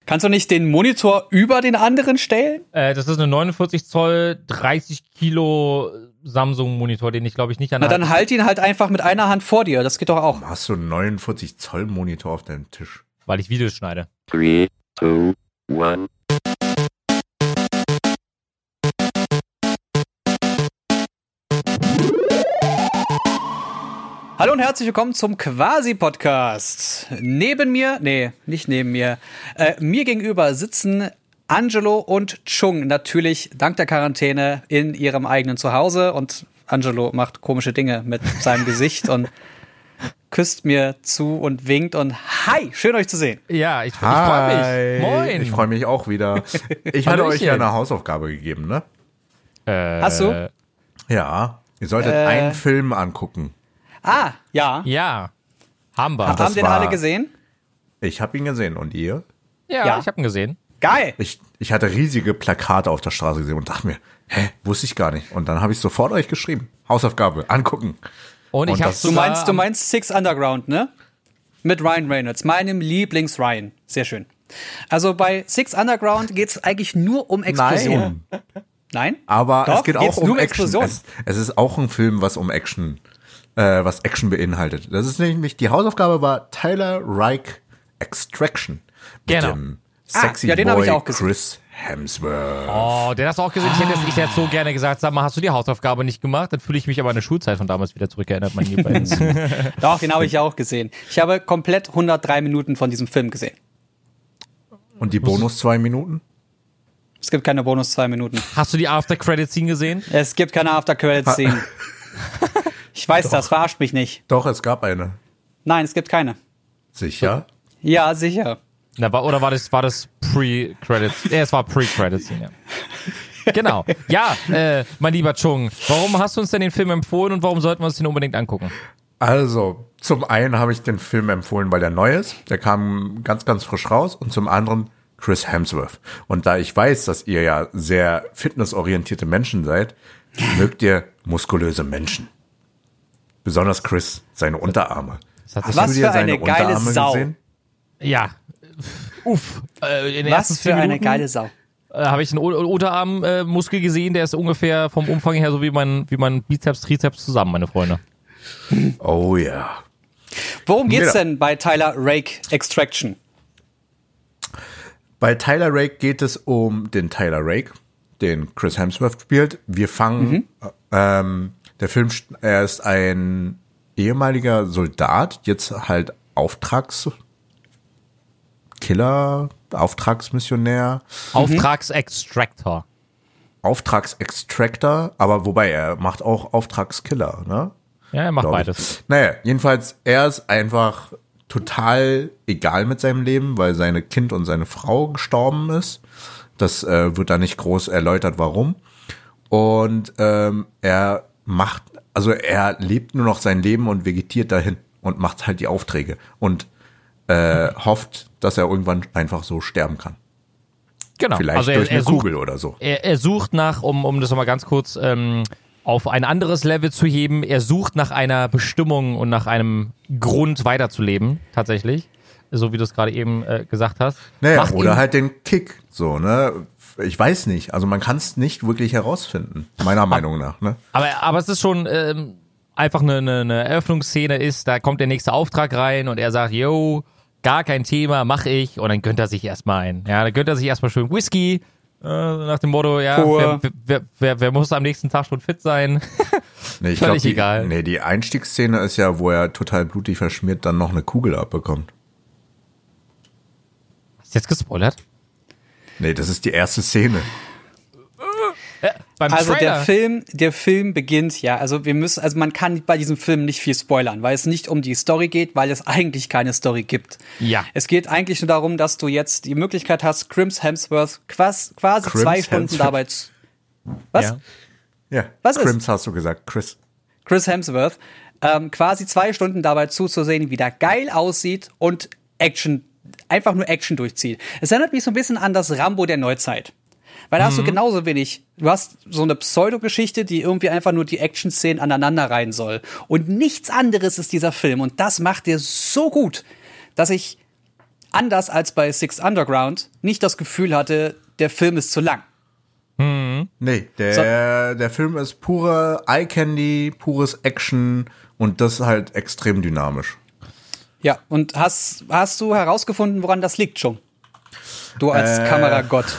Kannst du nicht den Monitor über den anderen stellen? Das ist eine 49 Zoll, 30 Kilo Samsung-Monitor, den ich glaube ich nicht an. Na, dann halt ihn halt einfach mit einer Hand vor dir. Das geht doch auch. Warum hast du einen 49 Zoll Monitor auf deinem Tisch? Weil ich Videos schneide. 3, 2, 1. Hallo und herzlich willkommen zum Quasi-Podcast. Neben mir, nicht neben mir, mir gegenüber sitzen Angelo und Chung, natürlich dank der Quarantäne in ihrem eigenen Zuhause. Und Angelo macht komische Dinge mit seinem Gesicht und küsst mir zu und winkt und hi, schön euch zu sehen. Ja, ich freue mich. Moin. Ich freue mich auch wieder. Ich hatte euch ja eine Hausaufgabe gegeben, ne? Hast du? Ja, ihr solltet einen Film angucken. Ah, ja. Ja, haben wir. Haben den alle gesehen? Ich habe ihn gesehen. Und ihr? Ja, ich habe ihn gesehen. Geil. Ich hatte riesige Plakate auf der Straße gesehen und dachte mir, wusste ich gar nicht. Und dann habe ich sofort euch geschrieben. Hausaufgabe, angucken. Und ich habe Du meinst Six Underground, ne? Mit Ryan Reynolds, meinem Lieblings-Ryan. Sehr schön. Also bei Six Underground geht's eigentlich nur um Explosionen. Nein? Aber Doch, es geht auch um Action. Explosionen. Es ist auch ein Film, was Action beinhaltet. Das ist nämlich, die Hausaufgabe war Tyler Rake Extraction. Mit dem sexy den Boy hab ich auch gesehen. Chris Hemsworth. Oh, den hast du auch gesehen. Ich hätte so gerne gesagt, sag mal, hast du die Hausaufgabe nicht gemacht? Dann fühle ich mich aber an eine Schulzeit von damals wieder zurückerinnert, mein Lieber. Doch, den habe ich auch gesehen. Ich habe komplett 103 Minuten von diesem Film gesehen. Und die Bonus 2 Minuten? Es gibt keine Bonus 2 Minuten. Hast du die After-Credit-Scene gesehen? Es gibt keine After-Credits-Scene. Ich weiß das, verarscht mich nicht. Doch, es gab eine. Nein, es gibt keine. Sicher? Ja, sicher. Oder war das Pre-Credits? Es war Pre-Credits-Scene, ja. Genau. Ja, mein lieber Chung, warum hast du uns denn den Film empfohlen und warum sollten wir uns den unbedingt angucken? Also, zum einen habe ich den Film empfohlen, weil der neu ist. Der kam ganz, ganz frisch raus. Und zum anderen Chris Hemsworth. Und da ich weiß, dass ihr ja sehr fitnessorientierte Menschen seid, mögt ihr muskulöse Menschen. Besonders Chris, seine Unterarme. Was für eine geile Sau. Gesehen? Ja. Uff. In den Was für eine geile Sau. Habe ich einen Unterarmmuskel gesehen, der ist ungefähr vom Umfang her so wie mein Bizeps, Trizeps zusammen, meine Freunde. Oh ja. Worum geht's denn bei Tyler Rake Extraction? Bei Tyler Rake geht es um den Tyler Rake, den Chris Hemsworth spielt. Wir fangen, der Film, er ist ein ehemaliger Soldat, jetzt halt Auftragsmissionär. Auftragsextractor. Auftragsextractor, aber wobei er macht auch Auftragskiller, ne? Ja, er macht beides. Naja, jedenfalls, er ist einfach total egal mit seinem Leben, weil seine Kind und seine Frau gestorben ist. Das wird da nicht groß erläutert, warum. Und er lebt nur noch sein Leben und vegetiert dahin und macht halt die Aufträge und hofft, dass er irgendwann einfach so sterben kann. Genau. Vielleicht also durch eine Kugel oder so. Er sucht nach, um das nochmal ganz kurz auf ein anderes Level zu heben, er sucht nach einer Bestimmung und nach einem Grund weiterzuleben, tatsächlich. So wie du es gerade eben gesagt hast. Naja, oder halt den Kick, so, ne? Ich weiß nicht, also man kann es nicht wirklich herausfinden, meiner Meinung nach, ne? Aber es ist schon einfach eine Eröffnungsszene ist, da kommt der nächste Auftrag rein und er sagt, yo, gar kein Thema, mach ich, und dann gönnt er sich erstmal ein. Ja, dann gönnt er sich erstmal schön Whisky, nach dem Motto, ja, wer muss am nächsten Tag schon fit sein? Nee, Völlig egal. Nee, die Einstiegsszene ist ja, wo er total blutig verschmiert dann noch eine Kugel abbekommt. Hast du jetzt gespoilert? Nee, das ist die erste Szene. Beim Also Trailer. der Film beginnt, man kann bei diesem Film nicht viel spoilern, weil es nicht um die Story geht, weil es eigentlich keine Story gibt. Ja. Es geht eigentlich nur darum, dass du jetzt die Möglichkeit hast, Chris Hemsworth quasi 2 Stunden dabei Was? Ja. Ja, Was ist? Crims hast du gesagt, Chris Hemsworth, quasi 2 Stunden dabei zuzusehen, wie der geil aussieht und einfach nur Action durchzieht. Es erinnert mich so ein bisschen an das Rambo der Neuzeit. Weil da hast du genauso wenig, du hast so eine Pseudogeschichte, die irgendwie einfach nur die Action-Szenen aneinander reihen soll. Und nichts anderes ist dieser Film. Und das macht er so gut, dass ich anders als bei Six Underground, nicht das Gefühl hatte, der Film ist zu lang. Nee, der Film ist pure Eye-Candy, pures Action und das halt extrem dynamisch. Ja, und hast du herausgefunden, woran das liegt, schon? Du als Kameragott.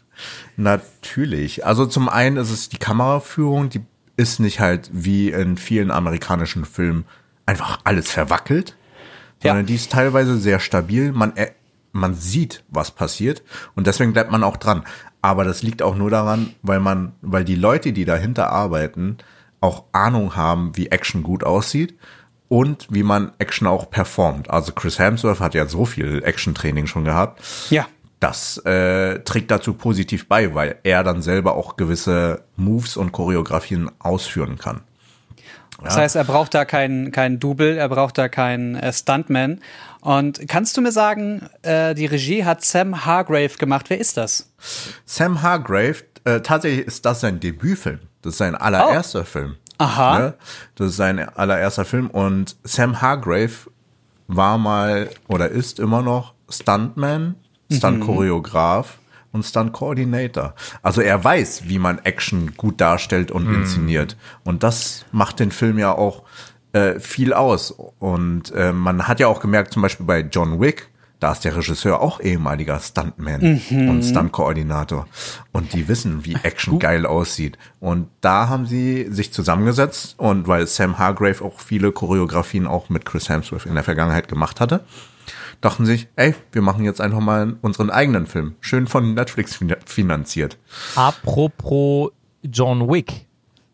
Natürlich. Also zum einen ist es die Kameraführung, die ist nicht halt wie in vielen amerikanischen Filmen einfach alles verwackelt, sondern die ist teilweise sehr stabil. Man sieht, was passiert und deswegen bleibt man auch dran. Aber das liegt auch nur daran, weil die Leute, die dahinter arbeiten, auch Ahnung haben, wie Action gut aussieht und wie man Action auch performt. Also Chris Hemsworth hat ja so viel Action-Training schon gehabt. Ja. Das trägt dazu positiv bei, weil er dann selber auch gewisse Moves und Choreografien ausführen kann. Ja. Das heißt, er braucht da kein Double, er braucht da keinen Stuntman. Und kannst du mir sagen, die Regie hat Sam Hargrave gemacht. Wer ist das? Sam Hargrave, tatsächlich ist das sein Debütfilm. Das ist sein allererster Film. Aha. Ne? Das ist sein allererster Film. Und Sam Hargrave war mal oder ist immer noch Stuntman, Stunt-Choreograf und Stunt-Coordinator. Also er weiß, wie man Action gut darstellt und inszeniert. Und das macht den Film ja auch viel aus. Und man hat ja auch gemerkt, zum Beispiel bei John Wick, da ist der Regisseur auch ehemaliger Stuntman und Stunt-Koordinator. Und die wissen, wie Action geil aussieht. Und da haben sie sich zusammengesetzt und weil Sam Hargrave auch viele Choreografien auch mit Chris Hemsworth in der Vergangenheit gemacht hatte, dachten sich, ey, wir machen jetzt einfach mal unseren eigenen Film. Schön von Netflix finanziert. Apropos John Wick.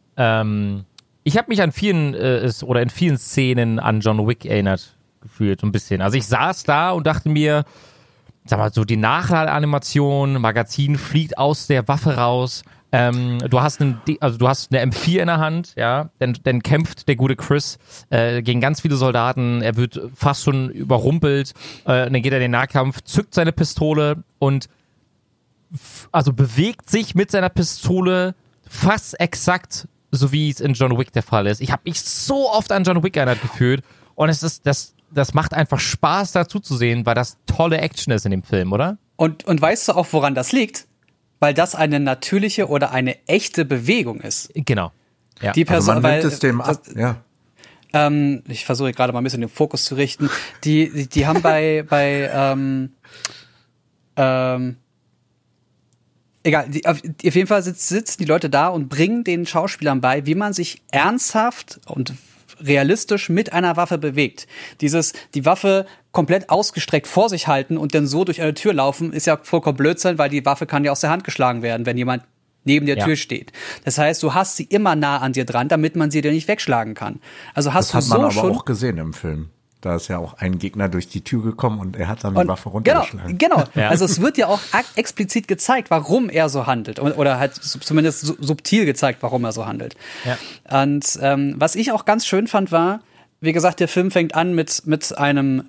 Ich habe mich an in vielen Szenen an John Wick erinnert gefühlt, so ein bisschen. Also ich saß da und dachte mir, sag mal, so die Nachladeanimation, Magazin fliegt aus der Waffe raus. Du hast eine M4 in der Hand, ja, dann kämpft der gute Chris gegen ganz viele Soldaten, er wird fast schon überrumpelt, dann geht er in den Nahkampf, zückt seine Pistole und bewegt sich mit seiner Pistole fast exakt so wie es in John Wick der Fall ist. Ich habe mich so oft an John Wick erinnert gefühlt und das macht einfach Spaß dazu zu sehen, weil das tolle Action ist in dem Film, oder? Und weißt du auch, woran das liegt? Weil das eine natürliche oder eine echte Bewegung ist. Genau. Ja. Die Person, Also man nimmt es dem ab, ja. Ich versuche gerade mal ein bisschen den Fokus zu richten. Die haben egal, auf jeden Fall sitzen die Leute da und bringen den Schauspielern bei, wie man sich ernsthaft und realistisch mit einer Waffe bewegt. Die Waffe komplett ausgestreckt vor sich halten und dann so durch eine Tür laufen, ist ja vollkommen Blödsinn, weil die Waffe kann ja aus der Hand geschlagen werden, wenn jemand neben der Tür steht. Das heißt, du hast sie immer nah an dir dran, damit man sie dir nicht wegschlagen kann. Also hast das du hat man so aber schon auch gesehen im Film. Da ist ja auch ein Gegner durch die Tür gekommen und er hat dann die Waffe runtergeschlagen. Genau. Ja. Also es wird ja auch explizit gezeigt, warum er so handelt. Oder halt zumindest subtil gezeigt, warum er so handelt. Ja. Und was ich auch ganz schön fand, war, wie gesagt, der Film fängt an mit einem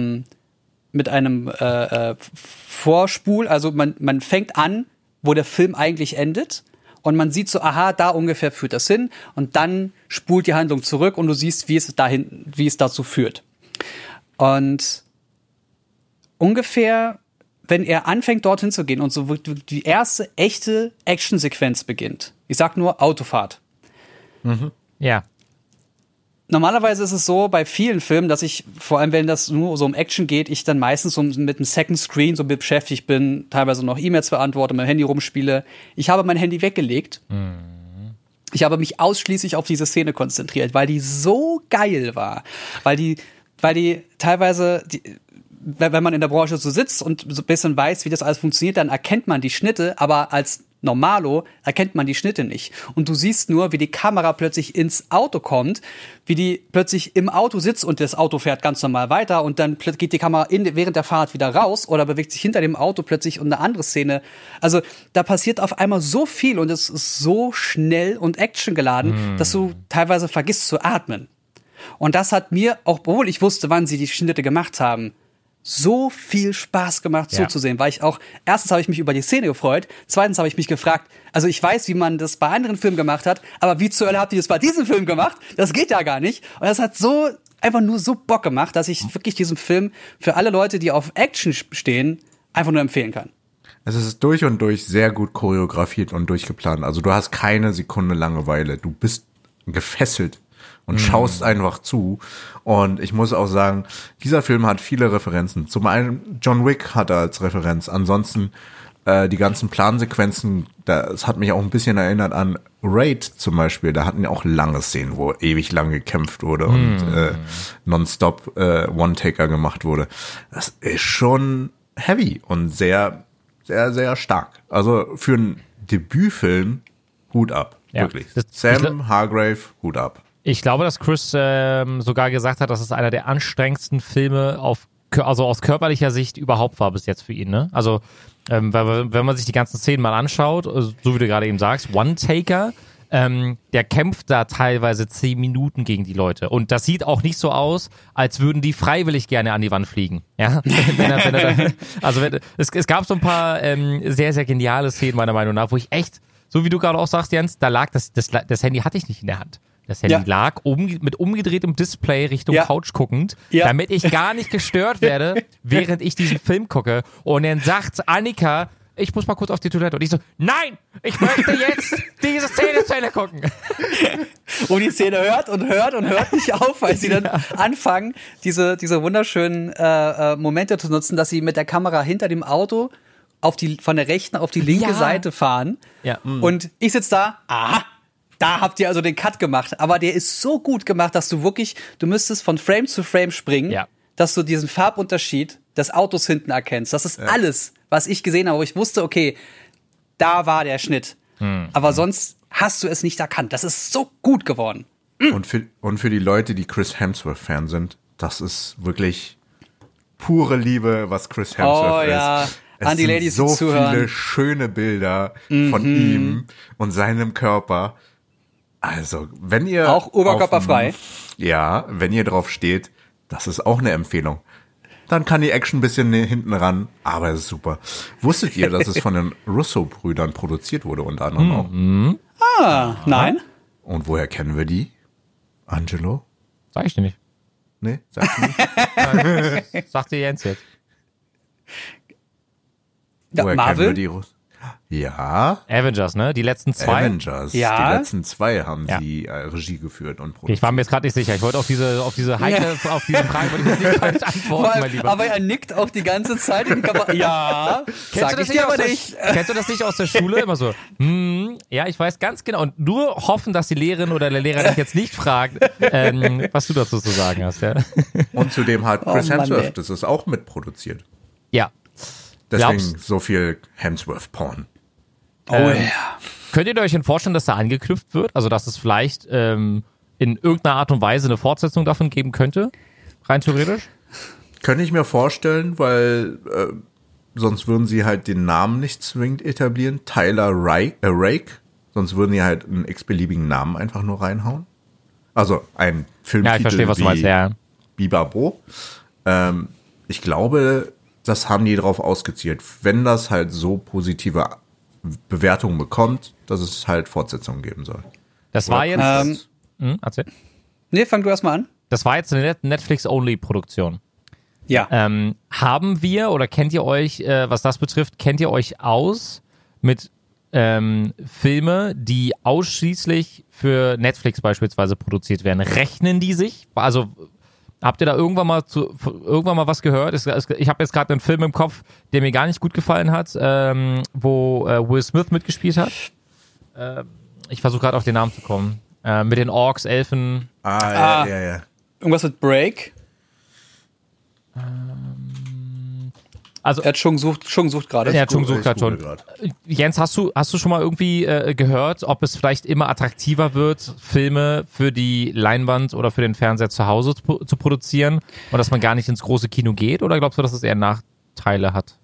Vorspul. Also man fängt an, wo der Film eigentlich endet. Und man sieht so, aha, da ungefähr führt das hin. Und dann spult die Handlung zurück und du siehst, wie es dazu führt. Und ungefähr, wenn er anfängt, dorthin zu gehen und so die erste echte Actionsequenz beginnt. Ich sag nur Autofahrt. Ja. Normalerweise ist es so bei vielen Filmen, dass ich, vor allem wenn das nur so um Action geht, ich dann meistens so mit einem Second Screen so beschäftigt bin, teilweise noch E-Mails beantworte, mit dem Handy rumspiele. Ich habe mein Handy weggelegt. Ich habe mich ausschließlich auf diese Szene konzentriert, weil die so geil war. Weil die teilweise, wenn man in der Branche so sitzt und so ein bisschen weiß, wie das alles funktioniert, dann erkennt man die Schnitte, aber als Normalo erkennt man die Schnitte nicht. Und du siehst nur, wie die Kamera plötzlich ins Auto kommt, wie die plötzlich im Auto sitzt und das Auto fährt ganz normal weiter und dann geht die Kamera während der Fahrt wieder raus oder bewegt sich hinter dem Auto plötzlich und eine andere Szene. Also da passiert auf einmal so viel und es ist so schnell und actiongeladen, dass du teilweise vergisst zu atmen. Und das hat mir, auch obwohl ich wusste, wann sie die Schnitte gemacht haben, so viel Spaß gemacht zuzusehen, weil erstens habe ich mich über die Szene gefreut, zweitens habe ich mich gefragt, also ich weiß, wie man das bei anderen Filmen gemacht hat, aber wie zur Hölle habt ihr das bei diesem Film gemacht? Das geht ja gar nicht. Und das hat so einfach nur so Bock gemacht, dass ich wirklich diesen Film für alle Leute, die auf Action stehen, einfach nur empfehlen kann. Es ist durch und durch sehr gut choreografiert und durchgeplant. Also du hast keine Sekunde Langeweile. Du bist gefesselt und schaust einfach zu. Und ich muss auch sagen, dieser Film hat viele Referenzen. Zum einen John Wick hat er als Referenz. Ansonsten die ganzen Plansequenzen, das hat mich auch ein bisschen erinnert an Raid zum Beispiel. Da hatten ja auch lange Szenen, wo ewig lang gekämpft wurde und nonstop One-Taker gemacht wurde. Das ist schon heavy und sehr, sehr, sehr stark. Also für einen Debütfilm, Hut ab. Ja. Wirklich. Sam Hargrave, Hut ab. Ich glaube, dass Chris sogar gesagt hat, dass es einer der anstrengendsten Filme also aus körperlicher Sicht überhaupt war bis jetzt für ihn. Ne? Also wenn man sich die ganzen Szenen mal anschaut, so wie du gerade eben sagst, One-Taker, der kämpft da teilweise 10 Minuten gegen die Leute. Und das sieht auch nicht so aus, als würden die freiwillig gerne an die Wand fliegen. Ja? Es gab so ein paar sehr, sehr geniale Szenen meiner Meinung nach, wo ich echt, so wie du gerade auch sagst, Jens, da lag das Handy hatte ich nicht in der Hand. Das Handy lag mit umgedrehtem Display Richtung Couch guckend, damit ich gar nicht gestört werde, während ich diesen Film gucke. Und dann sagt Annika, ich muss mal kurz auf die Toilette. Und ich so, nein, ich möchte jetzt diese Szene zu Ende gucken. Und die Szene hört nicht auf, weil sie dann anfangen, diese wunderschönen Momente zu nutzen, dass sie mit der Kamera hinter dem Auto von der rechten auf die linke Seite fahren. Ja. Und ich sitze da, da habt ihr also den Cut gemacht. Aber der ist so gut gemacht, dass du müsstest von Frame zu Frame springen, dass du diesen Farbunterschied des Autos hinten erkennst. Das ist alles, was ich gesehen habe, wo ich wusste, okay, da war der Schnitt. Aber sonst hast du es nicht erkannt. Das ist so gut geworden. Und für die Leute, die Chris Hemsworth-Fan sind, das ist wirklich pure Liebe, was Chris Hemsworth ist. Es an die sind Ladies, so die zuhören. viele schöne Bilder von ihm und seinem Körper. Also, wenn ihr auch oberkörperfrei. Wenn ihr drauf steht, das ist auch eine Empfehlung. Dann kann die Action ein bisschen hinten ran, aber es ist super. Wusstet ihr, dass es von den Russo-Brüdern produziert wurde, unter anderem auch? Nein. Und woher kennen wir die? Angelo? Sag ich dir nicht. Nee, sagst du nicht? Sagt dir Jens jetzt. Woher Marvel? kennen wir die Russen? Ja. Avengers, ne? Die letzten 2. Avengers. Ja. Die letzten 2 haben sie Regie geführt und produziert. Ich war mir jetzt gerade nicht sicher. Ich wollte auf diese heikle, auf diese Frage wollte ich nicht falsch antworten, mein Lieber. Aber er nickt auch die ganze Zeit in die Kamera. Ja, Kennst du das nicht aus der Schule? Immer so, ja, ich weiß ganz genau. Und nur hoffen, dass die Lehrerin oder der Lehrer dich jetzt nicht fragt, was du dazu zu sagen hast. Ja? Und zudem hat Chris Mann, ey. Hemsworth das ist auch mitproduziert. Ja. Deswegen so viel Hemsworth-Porn. Könnt ihr euch denn vorstellen, dass da angeknüpft wird? Also, dass es vielleicht in irgendeiner Art und Weise eine Fortsetzung davon geben könnte? Rein theoretisch? Könnte ich mir vorstellen, weil sonst würden sie halt den Namen nicht zwingend etablieren. Tyler Rake. Sonst würden die halt einen x-beliebigen Namen einfach nur reinhauen. Also ein Filmtitel Ja, ich verstehe, was du meinst, ja. Bibabo. Ich glaube, das haben die drauf ausgezielt. Wenn das halt so positive Bewertungen bekommt, dass es halt Fortsetzungen geben soll. Das war jetzt... erzähl. Nee, fang du erst mal an. Das war jetzt eine Netflix-Only-Produktion. Ja. Haben wir, oder kennt ihr euch, was das betrifft, kennt ihr euch aus mit Filme, die ausschließlich für Netflix beispielsweise produziert werden? Rechnen die sich? Also habt ihr da irgendwann mal was gehört? Ich habe jetzt gerade einen Film im Kopf, der mir gar nicht gut gefallen hat, wo Will Smith mitgespielt hat. Ich versuche gerade auf den Namen zu kommen. Mit den Orks, Elfen. Ja. Irgendwas mit Break? Also, Chung sucht gerade. Ja, Chung sucht gerade schon. Grad. Jens, hast du schon mal irgendwie gehört, ob es vielleicht immer attraktiver wird, Filme für die Leinwand oder für den Fernseher zu Hause zu produzieren und dass man gar nicht ins große Kino geht? Oder glaubst du, dass es eher Nachteile hat?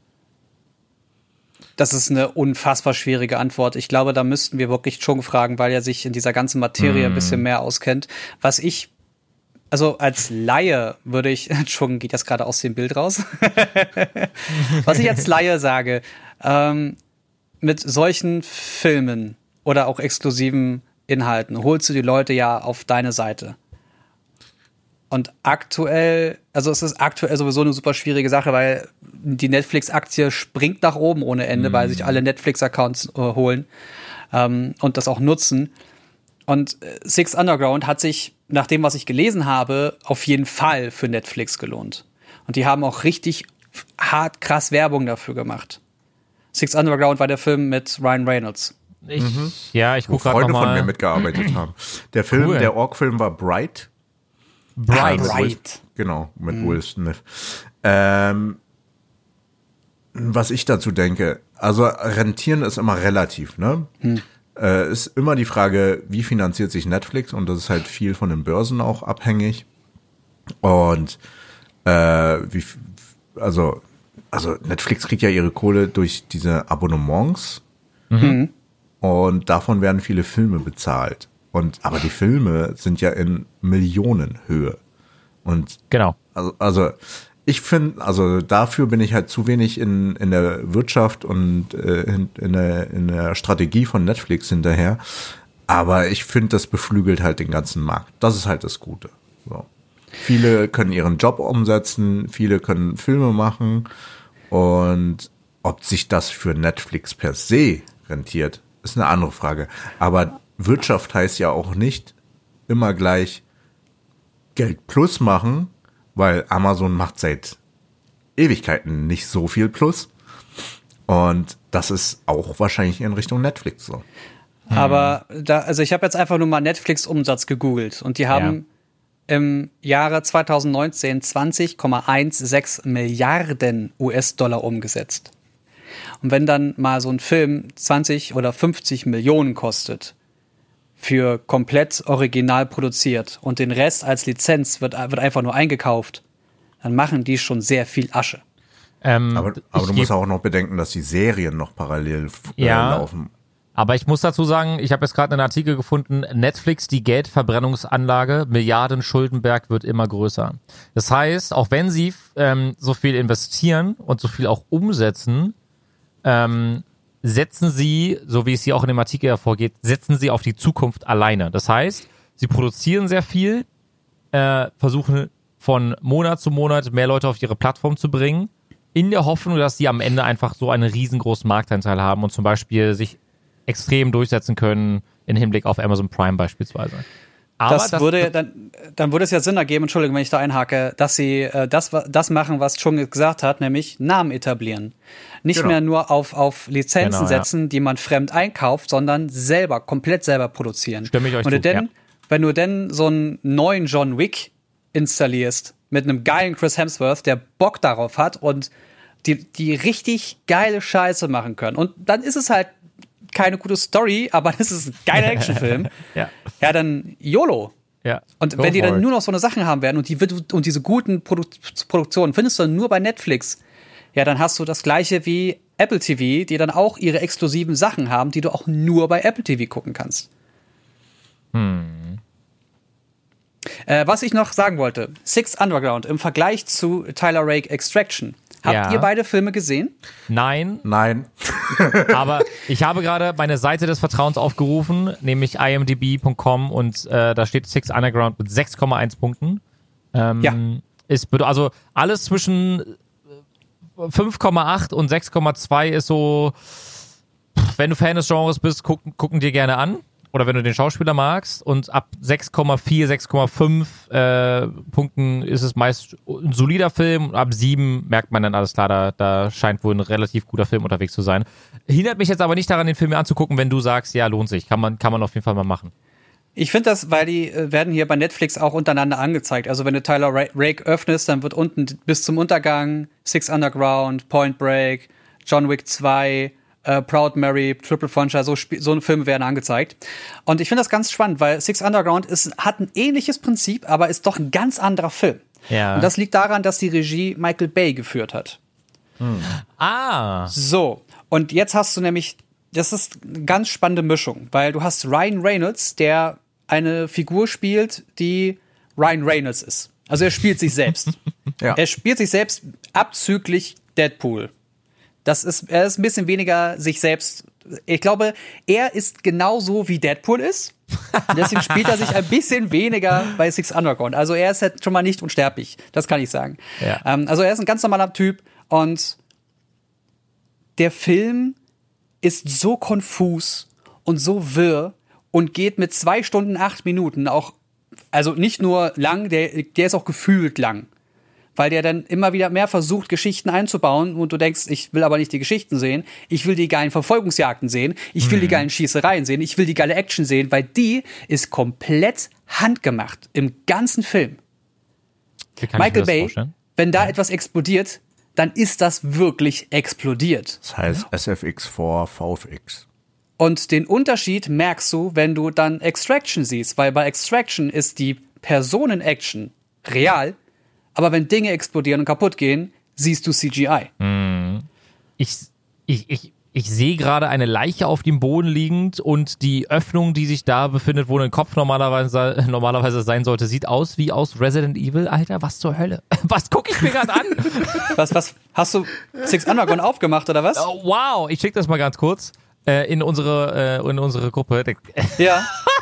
Das ist eine unfassbar schwierige Antwort. Ich glaube, da müssten wir wirklich Chung fragen, weil er sich in dieser ganzen Materie ein bisschen mehr auskennt. Also als Laie würde ich, Chung geht das gerade aus dem Bild raus. Was ich als Laie sage, mit solchen Filmen oder auch exklusiven Inhalten holst du die Leute ja auf deine Seite. Und aktuell, also es ist aktuell sowieso eine super schwierige Sache, weil die Netflix-Aktie springt nach oben ohne Ende, weil sich alle Netflix-Accounts holen und das auch nutzen. Und Six Underground hat sich, nach dem, was ich gelesen habe, auf jeden Fall für Netflix gelohnt. Und die haben auch richtig hart krass Werbung dafür gemacht. Six Underground war der Film mit Ryan Reynolds. Ich gucke Wo gerade Freunde von mir nochmal. mitgearbeitet haben. Der Film, Cool. der Ork-Film war Bright. Bright. Genau, mit Will Smith. Was ich dazu denke, also rentieren ist immer relativ, ne? Ist immer die Frage, wie finanziert sich Netflix, und das ist halt viel von den Börsen auch abhängig. Und also Netflix kriegt ja ihre Kohle durch diese Abonnements und davon werden viele Filme bezahlt. Aber die Filme sind ja in Millionenhöhe. Und Genau. also ich finde, also dafür bin ich halt zu wenig in der Wirtschaft und in der Strategie von Netflix hinterher. Aber ich finde, das beflügelt halt den ganzen Markt. Das ist halt das Gute. So. Viele können ihren Job umsetzen, viele können Filme machen, und ob sich das für Netflix per se rentiert, ist eine andere Frage. Aber Wirtschaft heißt ja auch nicht immer gleich Geld plus machen, weil Amazon macht seit Ewigkeiten nicht so viel plus. Und das ist auch wahrscheinlich in Richtung Netflix so. Aber also ich habe jetzt einfach nur mal Netflix-Umsatz gegoogelt und die haben im Jahre 2019 20,16 Milliarden US-Dollar umgesetzt. Und wenn dann mal so ein Film 20 oder 50 Millionen kostet, für komplett original produziert, und den Rest als Lizenz wird einfach nur eingekauft, dann machen die schon sehr viel Asche. Aber du musst auch noch bedenken, dass die Serien noch parallel laufen. Aber ich muss dazu sagen, ich habe jetzt gerade einen Artikel gefunden, Netflix, die Geldverbrennungsanlage, Milliarden Schuldenberg wird immer größer. Das heißt, auch wenn sie so viel investieren und so viel auch umsetzen, setzen sie, so wie es hier auch in dem Artikel hervorgeht, setzen sie auf die Zukunft alleine. Das heißt, sie produzieren sehr viel, versuchen von Monat zu Monat mehr Leute auf ihre Plattform zu bringen, in der Hoffnung, dass sie am Ende einfach so einen riesengroßen Marktanteil haben und zum Beispiel sich extrem durchsetzen können im Hinblick auf Amazon Prime beispielsweise. Aber dann würde es ja Sinn ergeben, Entschuldigung, wenn ich da einhake, dass sie das machen, was Chung gesagt hat, nämlich Namen etablieren. Nicht mehr nur auf Lizenzen setzen, die man fremd einkauft, sondern komplett selber produzieren. Stimme ich euch zu, Wenn du denn so einen neuen John Wick installierst, mit einem geilen Chris Hemsworth, der Bock darauf hat und die richtig geile Scheiße machen können. Und dann ist es halt keine gute Story, aber das ist ein geiler Actionfilm. Ja, dann YOLO. Ja. Und wenn die dann nur noch so eine Sachen haben werden und diese guten Produktionen findest du dann nur bei Netflix, ja, dann hast du das gleiche wie Apple TV, die dann auch ihre exklusiven Sachen haben, die du auch nur bei Apple TV gucken kannst. Was ich noch sagen wollte, Six Underground im Vergleich zu Tyler Rake Extraction. Habt ihr beide Filme gesehen? Nein. Aber ich habe gerade meine Seite des Vertrauens aufgerufen, nämlich imdb.com, und da steht Six Underground mit 6,1 Punkten. Also alles zwischen 5,8 und 6,2 ist so, wenn du Fan des Genres bist, gucken dir gerne an. Oder wenn du den Schauspieler magst, und ab 6,4, 6,5 Punkten ist es meist ein solider Film, und ab 7 merkt man dann, alles klar, da scheint wohl ein relativ guter Film unterwegs zu sein. Hindert mich jetzt aber nicht daran, den Film mir anzugucken, wenn du sagst, ja, lohnt sich, kann man auf jeden Fall mal machen. Ich finde das, weil die werden hier bei Netflix auch untereinander angezeigt. Also wenn du Tyler Rake öffnest, dann wird unten bis zum Untergang Six Underground, Point Break, John Wick 2, Proud Mary, Triple Frontier, so Filme werden angezeigt. Und ich finde das ganz spannend, weil Six Underground hat ein ähnliches Prinzip, aber ist doch ein ganz anderer Film. Ja. Und das liegt daran, dass die Regie Michael Bay geführt hat. So, und jetzt hast du nämlich, das ist eine ganz spannende Mischung, weil du hast Ryan Reynolds, der eine Figur spielt, die Ryan Reynolds ist. Also er spielt sich selbst. Er spielt sich selbst abzüglich Deadpool. Er ist ein bisschen weniger sich selbst ich glaube, er ist genauso wie Deadpool ist. Und deswegen spielt er sich ein bisschen weniger bei Six Underground. Also er ist halt schon mal nicht unsterblich. Das kann ich sagen. Ja. Also er ist ein ganz normaler Typ und der Film ist so konfus und so wirr und geht mit 2 Stunden 8 Minuten auch, also nicht nur lang, der ist auch gefühlt lang. Weil der dann immer wieder mehr versucht, Geschichten einzubauen und du denkst, ich will aber nicht die Geschichten sehen, ich will die geilen Verfolgungsjagden sehen, ich will die geilen Schießereien sehen, ich will die geile Action sehen, weil die ist komplett handgemacht im ganzen Film. Wie kann ich mir Michael das Bay, vorstellen? wenn da etwas explodiert, dann ist das wirklich explodiert. Das heißt SFX vor VFX. Und den Unterschied merkst du, wenn du dann Extraction siehst, weil bei Extraction ist die Personen-Action real, aber wenn Dinge explodieren und kaputt gehen, siehst du CGI. Ich sehe gerade eine Leiche auf dem Boden liegend und die Öffnung, die sich da befindet, wo ein Kopf normalerweise sein sollte, sieht aus wie aus Resident Evil. Alter, was zur Hölle? Was gucke ich mir gerade an? Was? Hast du Six Underground aufgemacht, oder was? Oh, wow, ich schicke das mal ganz kurz in unsere Gruppe. Ja.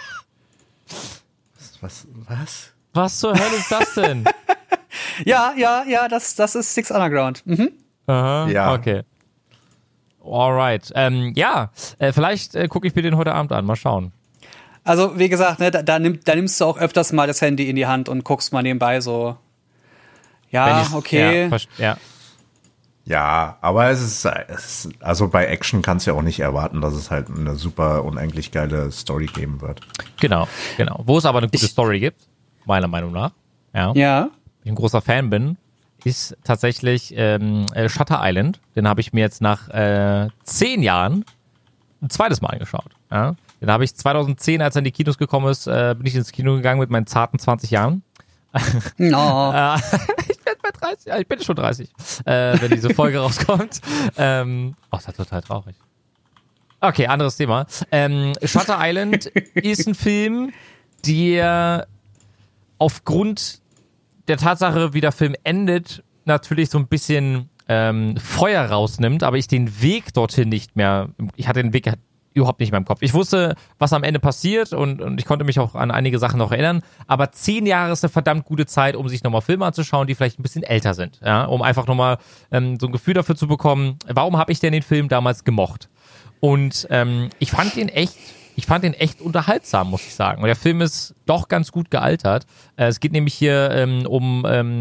Was? Was zur Hölle ist das denn? Ja, das ist Six Underground. Mhm. Aha, Ja. okay. Alright. Vielleicht gucke ich mir den heute Abend an. Mal schauen. Also, wie gesagt, ne, da nimmst du auch öfters mal das Handy in die Hand und guckst mal nebenbei so. Ja, okay. Ja. Ja, aber es ist also bei Action kannst du ja auch nicht erwarten, dass es halt eine super unendlich geile Story geben wird. Genau. Wo es aber eine gute Story gibt, meiner Meinung nach, Ja. ich ein großer Fan bin, ist tatsächlich Shutter Island. Den habe ich mir jetzt nach 10 Jahren ein zweites Mal angeschaut. Ja? Den habe ich 2010, als er in die Kinos gekommen ist, bin ich ins Kino gegangen mit meinen zarten 20 Jahren. No. Ich werde bei 30, ja, ich bin schon 30, wenn diese Folge rauskommt. Das ist total traurig. Okay, anderes Thema. Shutter Island ist ein Film, der aufgrund der Tatsache, wie der Film endet, natürlich so ein bisschen Feuer rausnimmt, aber ich den Weg dorthin nicht mehr, ich hatte den Weg überhaupt nicht mehr im Kopf. Ich wusste, was am Ende passiert und ich konnte mich auch an einige Sachen noch erinnern, aber 10 Jahre ist eine verdammt gute Zeit, um sich nochmal Filme anzuschauen, die vielleicht ein bisschen älter sind, ja, um einfach nochmal so ein Gefühl dafür zu bekommen, warum habe ich denn den Film damals gemocht? Und ich fand den echt unterhaltsam, muss ich sagen. Und der Film ist doch ganz gut gealtert. Es geht nämlich hier um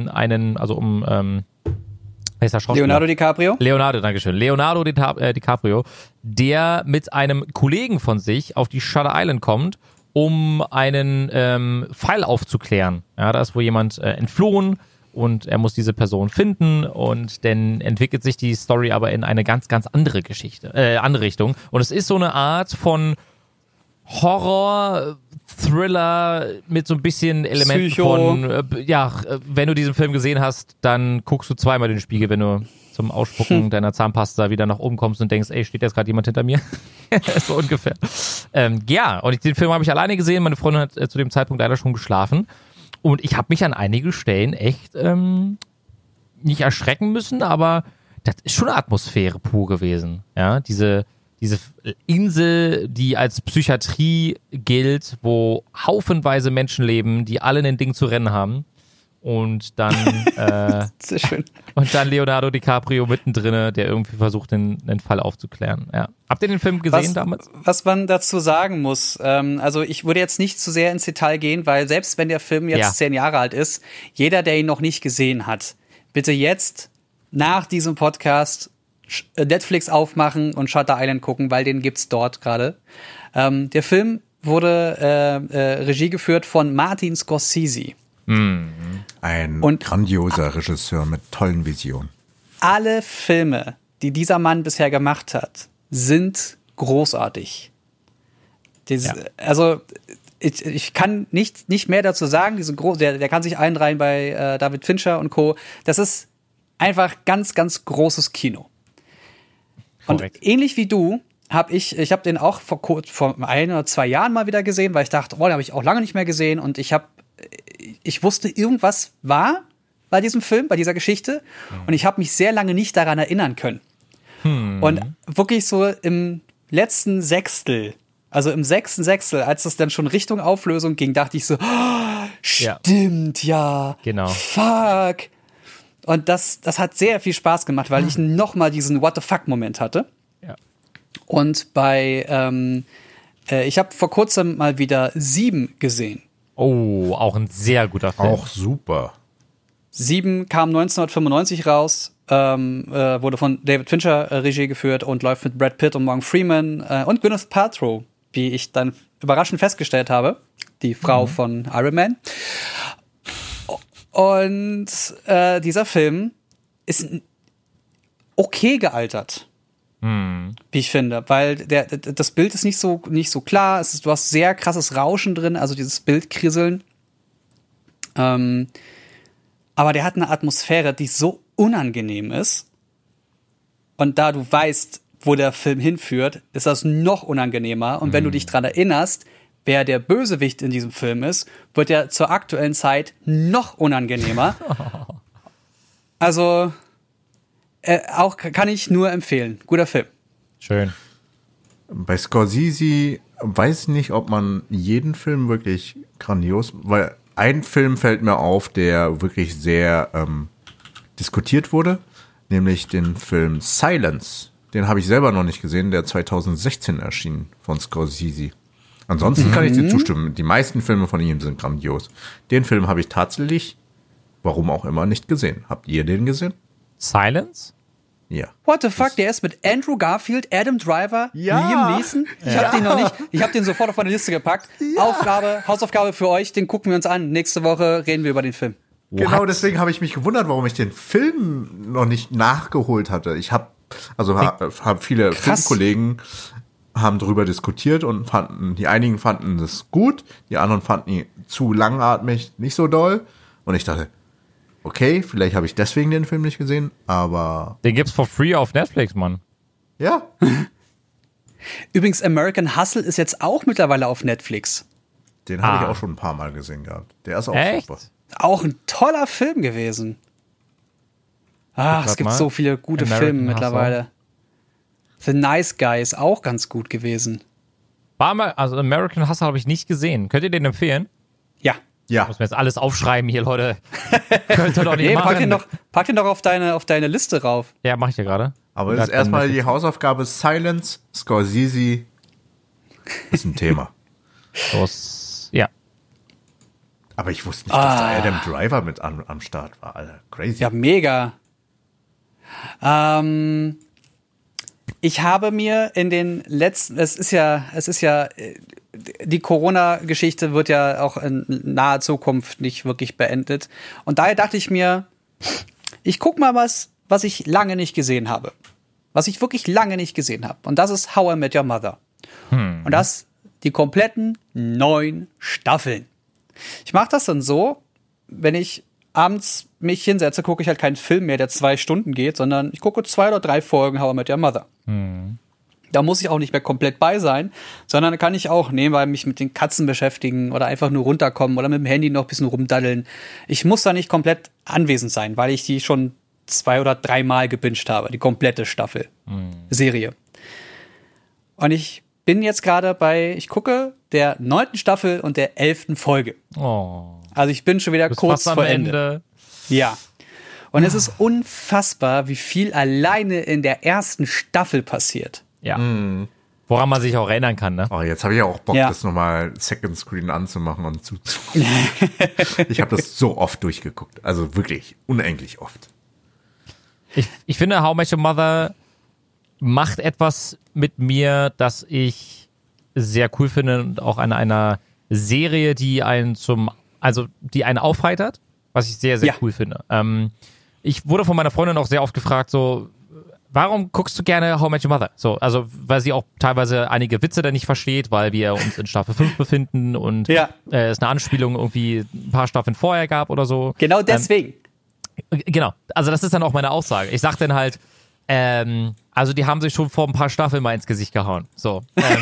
wer ist der Schauspieler? Leonardo DiCaprio? Dankeschön. Leonardo DiCaprio, der mit einem Kollegen von sich auf die Shutter Island kommt, um einen Fall aufzuklären. Ja, da ist wohl jemand entflohen und er muss diese Person finden und dann entwickelt sich die Story aber in eine ganz, ganz andere andere Richtung. Und es ist so eine Art von Horror, Thriller mit so ein bisschen Elementen von, wenn du diesen Film gesehen hast, dann guckst du zweimal den Spiegel, wenn du zum Ausspucken deiner Zahnpasta wieder nach oben kommst und denkst, ey, steht jetzt gerade jemand hinter mir? So ungefähr. Und den Film habe ich alleine gesehen, meine Freundin hat zu dem Zeitpunkt leider schon geschlafen und ich habe mich an einigen Stellen echt nicht erschrecken müssen, aber das ist schon eine Atmosphäre pur gewesen. Ja, diese Insel, die als Psychiatrie gilt, wo haufenweise Menschen leben, die alle ein Ding zu rennen haben. Und dann Sehr schön. und dann Leonardo DiCaprio mittendrin, der irgendwie versucht, den Fall aufzuklären. Ja. Habt ihr den Film gesehen damals? Was man dazu sagen muss, also ich würde jetzt nicht zu sehr ins Detail gehen, weil selbst wenn der Film jetzt 10 Jahre alt ist, jeder, der ihn noch nicht gesehen hat, bitte jetzt nach diesem Podcast Netflix aufmachen und Shutter Island gucken, weil den gibt's dort gerade. Der Film wurde Regie geführt von Martin Scorsese. Ein grandioser Regisseur mit tollen Visionen. Alle Filme, die dieser Mann bisher gemacht hat, sind großartig. Also ich kann nicht mehr dazu sagen. Der kann sich einreihen bei David Fincher und Co. Das ist einfach ganz, ganz großes Kino. Korrekt. Und ähnlich wie du habe ich den auch vor 1 oder 2 Jahren mal wieder gesehen, weil ich dachte, den habe ich auch lange nicht mehr gesehen und ich wusste, irgendwas war bei diesem Film, bei dieser Geschichte und ich habe mich sehr lange nicht daran erinnern können. Und wirklich so im letzten Sechstel, also im 6. Sechstel, als es dann schon Richtung Auflösung ging, dachte ich so, stimmt, ja. Genau. Fuck. Und das hat sehr viel Spaß gemacht, weil ich nochmal diesen What the fuck-Moment hatte. Ja. Und ich habe vor kurzem mal wieder 7 gesehen. Oh, auch ein sehr guter Film. Auch super. 7 kam 1995 raus, wurde von David Fincher Regie geführt und läuft mit Brad Pitt und Morgan Freeman und Gwyneth Paltrow, wie ich dann überraschend festgestellt habe, die Frau von Iron Man. Und dieser Film ist okay gealtert, wie ich finde, weil das Bild ist nicht so klar. Du hast sehr krasses Rauschen drin, also dieses Bildkrisseln. Aber der hat eine Atmosphäre, die so unangenehm ist. Und da du weißt, wo der Film hinführt, ist das noch unangenehmer. Und wenn du dich dran erinnerst, wer der Bösewicht in diesem Film ist, wird er zur aktuellen Zeit noch unangenehmer. Also, auch kann ich nur empfehlen. Guter Film. Schön. Bei Scorsese weiß ich nicht, ob man jeden Film wirklich grandios, weil ein Film fällt mir auf, der wirklich sehr diskutiert wurde, nämlich den Film Silence. Den habe ich selber noch nicht gesehen, der 2016 erschien von Scorsese. Ansonsten kann ich dir zustimmen, die meisten Filme von ihm sind grandios. Den Film habe ich tatsächlich, warum auch immer, nicht gesehen. Habt ihr den gesehen? Silence? Ja. What the fuck, der ist mit Andrew Garfield, Adam Driver, Ja. Liam Neeson. Ich hab den noch nicht. Ich hab den sofort auf meine Liste gepackt. Hausaufgabe für euch, den gucken wir uns an. Nächste Woche reden wir über den Film. Genau, deswegen habe ich mich gewundert, warum ich den Film noch nicht nachgeholt hatte. Ich habe viele Krass. Filmkollegen haben darüber diskutiert und die einigen fanden das gut, die anderen fanden ihn zu langatmig, nicht so doll. Und ich dachte, okay, vielleicht habe ich deswegen den Film nicht gesehen, aber Den gibt's for free auf Netflix, Mann. ja. Übrigens, American Hustle ist jetzt auch mittlerweile auf Netflix. Den habe ich auch schon ein paar Mal gesehen gehabt. Der ist auch Echt? super. Auch ein toller Film gewesen. Guck Es gibt mal. so viele gute American Filme mittlerweile. The Nice Guy ist auch ganz gut gewesen. Also American Hustle habe ich nicht gesehen. Könnt ihr den empfehlen? Ja. Ja, Muss mir jetzt alles aufschreiben hier, Leute. Könnt ihr doch nicht Nee, machen. pack den doch auf deine Liste rauf. Ja, mach ich ja gerade. aber das ist erstmal die Hausaufgabe Silence, Scorsese ist ein Thema. Ja. Aber ich wusste nicht, dass da Adam Driver mit am Start war, Alter. Crazy. Ja, mega. Ich habe mir in den letzten, es ist ja, die Corona-Geschichte wird ja auch in naher Zukunft nicht wirklich beendet. Und daher dachte ich mir, ich guck mal was ich lange nicht gesehen habe. Was ich wirklich lange nicht gesehen habe. Und das ist How I Met Your Mother. Und das die kompletten 9 Staffeln. Ich mache das dann so, wenn ich abends mich hinsetze, gucke ich halt keinen Film mehr, der 2 Stunden geht, sondern ich gucke 2 oder 3 Folgen How I Met Your Mother. Da muss ich auch nicht mehr komplett bei sein, sondern kann ich auch nebenbei mich mit den Katzen beschäftigen oder einfach nur runterkommen oder mit dem Handy noch ein bisschen rumdaddeln. Ich muss da nicht komplett anwesend sein, weil ich die schon 2 oder 3 Mal gebinged habe, die komplette Staffel, Serie. Und ich bin jetzt gerade ich gucke der 9. Staffel und der 11. Folge. Oh. Also ich bin schon wieder Bist kurz fast am vor Ende. Ja. Und es ist unfassbar, wie viel alleine in der ersten Staffel passiert. Ja. Woran man sich auch erinnern kann, ne? Oh, jetzt habe ich ja auch Bock, Ja. das nochmal Second Screen anzumachen und zuzugucken. Ich habe das so oft durchgeguckt. Also wirklich unendlich oft. Ich finde, How I Met Your Mother macht etwas mit mir, das ich sehr cool finde und auch an einer Serie, die einen aufheitert, was ich sehr, sehr Ja. cool finde. Ich wurde von meiner Freundin auch sehr oft gefragt, so, warum guckst du gerne How I Met Your Mother? So, also, weil sie auch teilweise einige Witze da nicht versteht, weil wir uns in Staffel 5 befinden und Ja. es eine Anspielung irgendwie ein paar Staffeln vorher gab oder so. Genau deswegen. Genau, also das ist dann auch meine Aussage. Ich sag dann halt, also die haben sich schon vor ein paar Staffeln mal ins Gesicht gehauen. So.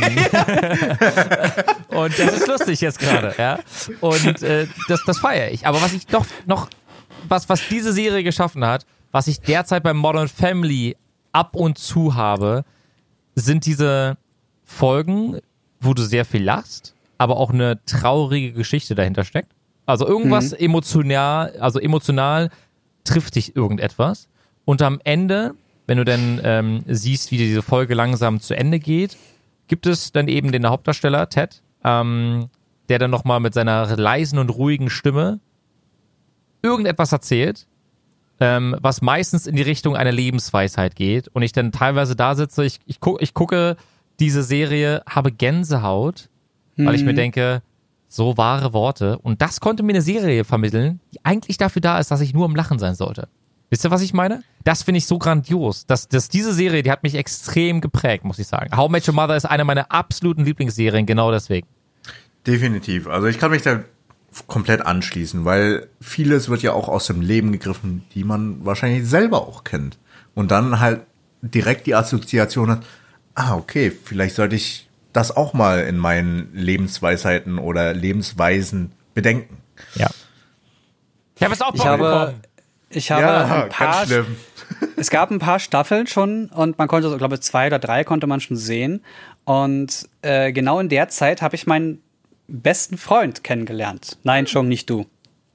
Und das ist lustig jetzt gerade, ja. Und das feiere ich. Aber was ich doch noch, was diese Serie geschaffen hat, was ich derzeit bei Modern Family ab und zu habe, sind diese Folgen, wo du sehr viel lachst, aber auch eine traurige Geschichte dahinter steckt. Also irgendwas emotional trifft dich irgendetwas. Und am Ende, wenn du dann siehst, wie diese Folge langsam zu Ende geht, gibt es dann eben den Hauptdarsteller, Ted, der dann nochmal mit seiner leisen und ruhigen Stimme irgendetwas erzählt, was meistens in die Richtung einer Lebensweisheit geht. Und ich dann teilweise da sitze, ich gucke diese Serie, habe Gänsehaut, weil ich mir denke, so wahre Worte. Und das konnte mir eine Serie vermitteln, die eigentlich dafür da ist, dass ich nur am Lachen sein sollte. Wisst ihr, was ich meine? Das finde ich so grandios. Dass diese Serie, die hat mich extrem geprägt, muss ich sagen. How I Met Your Mother ist eine meiner absoluten Lieblingsserien, genau deswegen. Definitiv. Also ich kann mich da komplett anschließen, weil vieles wird ja auch aus dem Leben gegriffen, die man wahrscheinlich selber auch kennt. Und dann halt direkt die Assoziation hat, okay, vielleicht sollte ich das auch mal in meinen Lebensweisheiten oder Lebensweisen bedenken. Ja. Ich habe es auch bekommen. Ich habe ein paar, ganz schlimm. Es gab ein paar Staffeln schon und man konnte, glaube ich, 2 oder 3 konnte man schon sehen. Und genau in der Zeit habe ich meinen besten Freund kennengelernt. Nein, schon nicht du.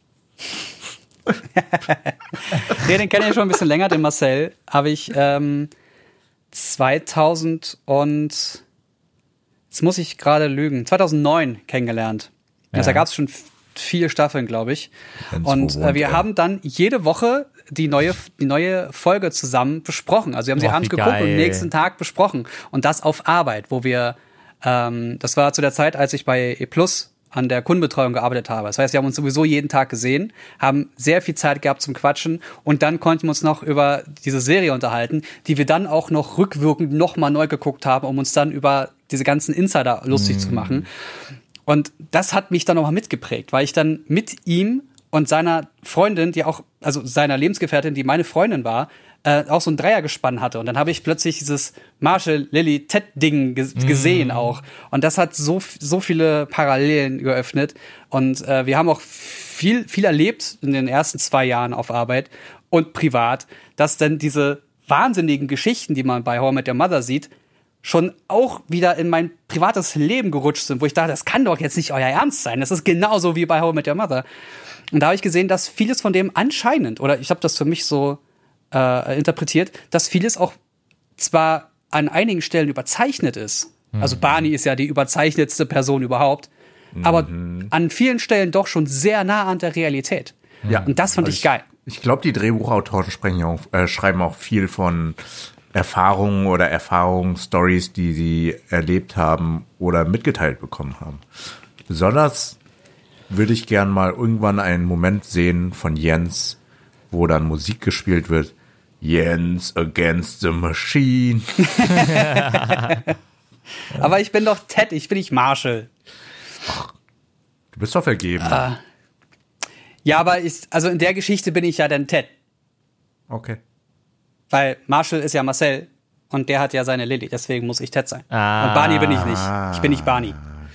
Nee, den kenne ich schon ein bisschen länger, den Marcel. Habe ich 2000 und jetzt muss ich gerade lügen, 2009 kennengelernt. Also da gab es schon 4 Staffeln, glaube ich. Und wir haben dann jede Woche die neue Folge zusammen besprochen. Also wir haben sie abends geguckt und nächsten Tag besprochen. Und das auf Arbeit, wo wir, das war zu der Zeit, als ich bei E+ an der Kundenbetreuung gearbeitet habe. Das heißt, wir haben uns sowieso jeden Tag gesehen, haben sehr viel Zeit gehabt zum Quatschen und dann konnten wir uns noch über diese Serie unterhalten, die wir dann auch noch rückwirkend nochmal neu geguckt haben, um uns dann über diese ganzen Insider lustig zu machen. Und das hat mich dann nochmal mitgeprägt, weil ich dann mit ihm und seiner Freundin, die auch, also seiner Lebensgefährtin, die meine Freundin war, auch so ein Dreiergespann hatte. Und dann habe ich plötzlich dieses Marshall, Lily, Ted-Ding gesehen auch. Und das hat so viele Parallelen geöffnet. Und wir haben auch viel erlebt in den ersten 2 Jahren auf Arbeit und privat, dass dann diese wahnsinnigen Geschichten, die man bei How I Met Your Mother sieht, schon auch wieder in mein privates Leben gerutscht sind, wo ich dachte, das kann doch jetzt nicht euer Ernst sein. Das ist genauso wie bei How I Met Your Mother. Und da habe ich gesehen, dass vieles von dem anscheinend, oder ich habe das für mich so interpretiert, dass vieles auch zwar an einigen Stellen überzeichnet ist. Also Barney ist ja die überzeichnetste Person überhaupt, aber an vielen Stellen doch schon sehr nah an der Realität. Ja. Und das fand ich geil. Ich glaube, die Drehbuchautoren schreiben auch viel von Erfahrungen oder Erfahrungsstories, die sie erlebt haben oder mitgeteilt bekommen haben. Besonders würde ich gern mal irgendwann einen Moment sehen von Jens, wo dann Musik gespielt wird. Jens against the machine. Aber ich bin doch Ted, ich bin nicht Marshall. Ach, du bist doch vergeben. Ja, aber also in der Geschichte bin ich ja dann Ted. Okay. Weil Marshall ist ja Marcel und der hat ja seine Lily, deswegen muss ich Ted sein. Und Barney bin ich nicht. Ich bin nicht Barney.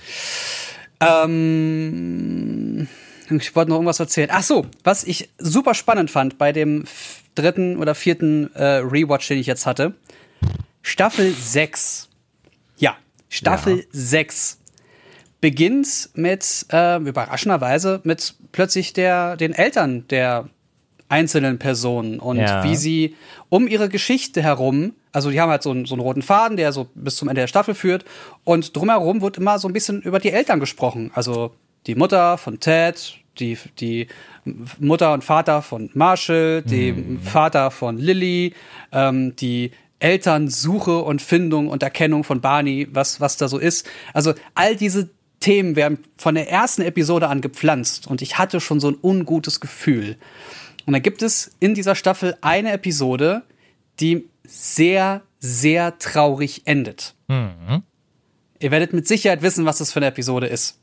Ich wollte noch irgendwas erzählen. Ach so, was ich super spannend fand bei dem 3. oder 4. Rewatch, den ich jetzt hatte. Staffel 6. Ja, Staffel 6 beginnt mit, überraschenderweise, mit plötzlich den Eltern der einzelnen Personen und wie sie um ihre Geschichte herum, also die haben halt so einen roten Faden, der so bis zum Ende der Staffel führt und drumherum wird immer so ein bisschen über die Eltern gesprochen. Also die Mutter von Ted, die Mutter und Vater von Marshall, die Vater von Lily, die Elternsuche und Findung und Erkennung von Barney, was da so ist. Also all diese Themen werden von der ersten Episode an gepflanzt und ich hatte schon so ein ungutes Gefühl. Und dann gibt es in dieser Staffel eine Episode, die sehr, sehr traurig endet. Ihr werdet mit Sicherheit wissen, was das für eine Episode ist.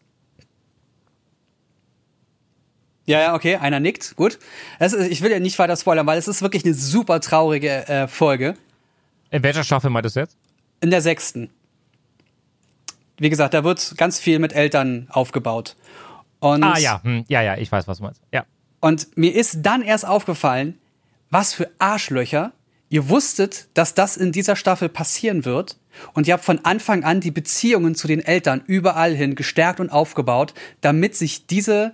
Ja, okay, einer nickt, gut. Ich will ja nicht weiter spoilern, weil es ist wirklich eine super traurige Folge. In welcher Staffel meintest du jetzt? In der 6. Wie gesagt, da wird ganz viel mit Eltern aufgebaut. Und ja, ich weiß, was du meinst. Ja. Und mir ist dann erst aufgefallen, was für Arschlöcher ihr wusstet, dass das in dieser Staffel passieren wird und ihr habt von Anfang an die Beziehungen zu den Eltern überall hin gestärkt und aufgebaut, damit sich dieser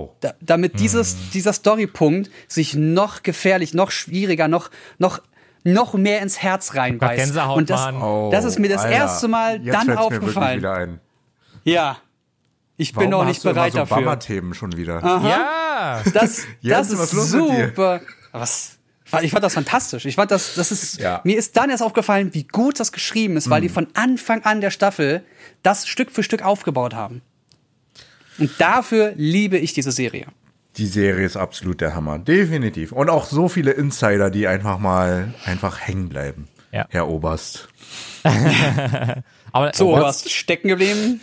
Storypunkt sich noch gefährlich, noch schwieriger, noch mehr ins Herz reinbeißt. Gänsehaut, und das ist mir das Alter. erste Mal Jetzt dann fällt's mir aufgefallen. wirklich wieder ein. Ja. Ich bin noch nicht bereit so dafür. Bummer-Themen schon wieder. Ja! Das Jens, ist was ist los mit dir? super. Ich fand das fantastisch. Ich fand das ist, Ja. mir ist dann erst aufgefallen, wie gut das geschrieben ist, weil die von Anfang an der Staffel das Stück für Stück aufgebaut haben. Und dafür liebe ich diese Serie. Die Serie ist absolut der Hammer. Definitiv. Und auch so viele Insider, die einfach hängen bleiben. Ja. Herr Oberst. Aber So, du hast stecken geblieben.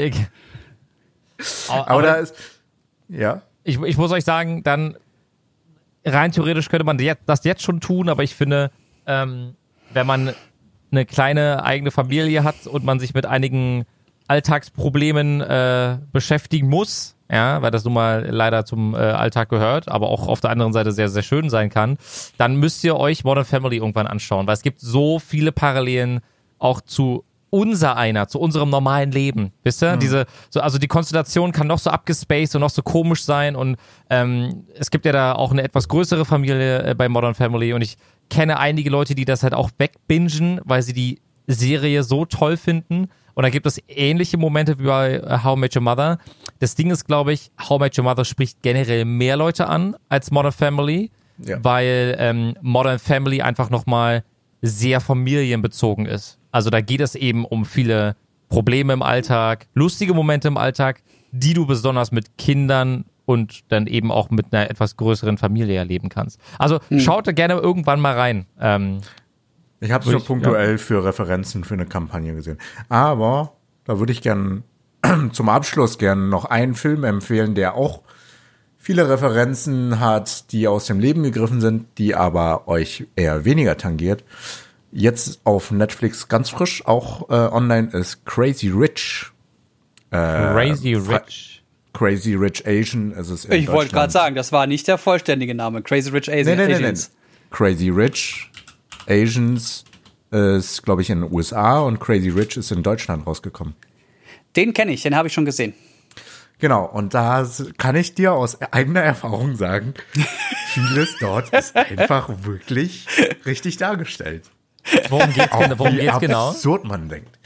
Aber da ist, ja. Ich muss euch sagen, dann rein theoretisch könnte man das jetzt schon tun, aber ich finde, wenn man eine kleine eigene Familie hat und man sich mit einigen Alltagsproblemen beschäftigen muss, ja, weil das nun mal leider zum Alltag gehört, aber auch auf der anderen Seite sehr, sehr schön sein kann, dann müsst ihr euch Modern Family irgendwann anschauen, weil es gibt so viele Parallelen auch zu unserem normalen Leben, wisst ihr? Also die Konstellation kann noch so abgespaced und noch so komisch sein und es gibt ja da auch eine etwas größere Familie bei Modern Family und ich kenne einige Leute, die das halt auch wegbingen, weil sie die Serie so toll finden und da gibt es ähnliche Momente wie bei How I Met Your Mother. Das Ding ist, glaube ich, How I Met Your Mother spricht generell mehr Leute an als Modern Family, weil Modern Family einfach nochmal sehr familienbezogen ist. Also da geht es eben um viele Probleme im Alltag, lustige Momente im Alltag, die du besonders mit Kindern und dann eben auch mit einer etwas größeren Familie erleben kannst. Also schaut da gerne irgendwann mal rein. Ich habe es nur punktuell für Referenzen für eine Kampagne gesehen. Aber da würde ich gern zum Abschluss gern noch einen Film empfehlen, der auch viele Referenzen hat, die aus dem Leben gegriffen sind, die aber euch eher weniger tangiert. Jetzt auf Netflix ganz frisch auch online ist Crazy Rich. Crazy Rich Asian ist es in Ich wollte gerade Deutschland. sagen, das war nicht der vollständige Name. Crazy Rich Asians. Nee. Crazy Rich Asians ist, glaube ich, in den USA und Crazy Rich ist in Deutschland rausgekommen. Den kenne ich, den habe ich schon gesehen. Genau, und da kann ich dir aus eigener Erfahrung sagen, vieles dort ist einfach wirklich richtig dargestellt. Worum geht's Wie genau? absurd man denkt.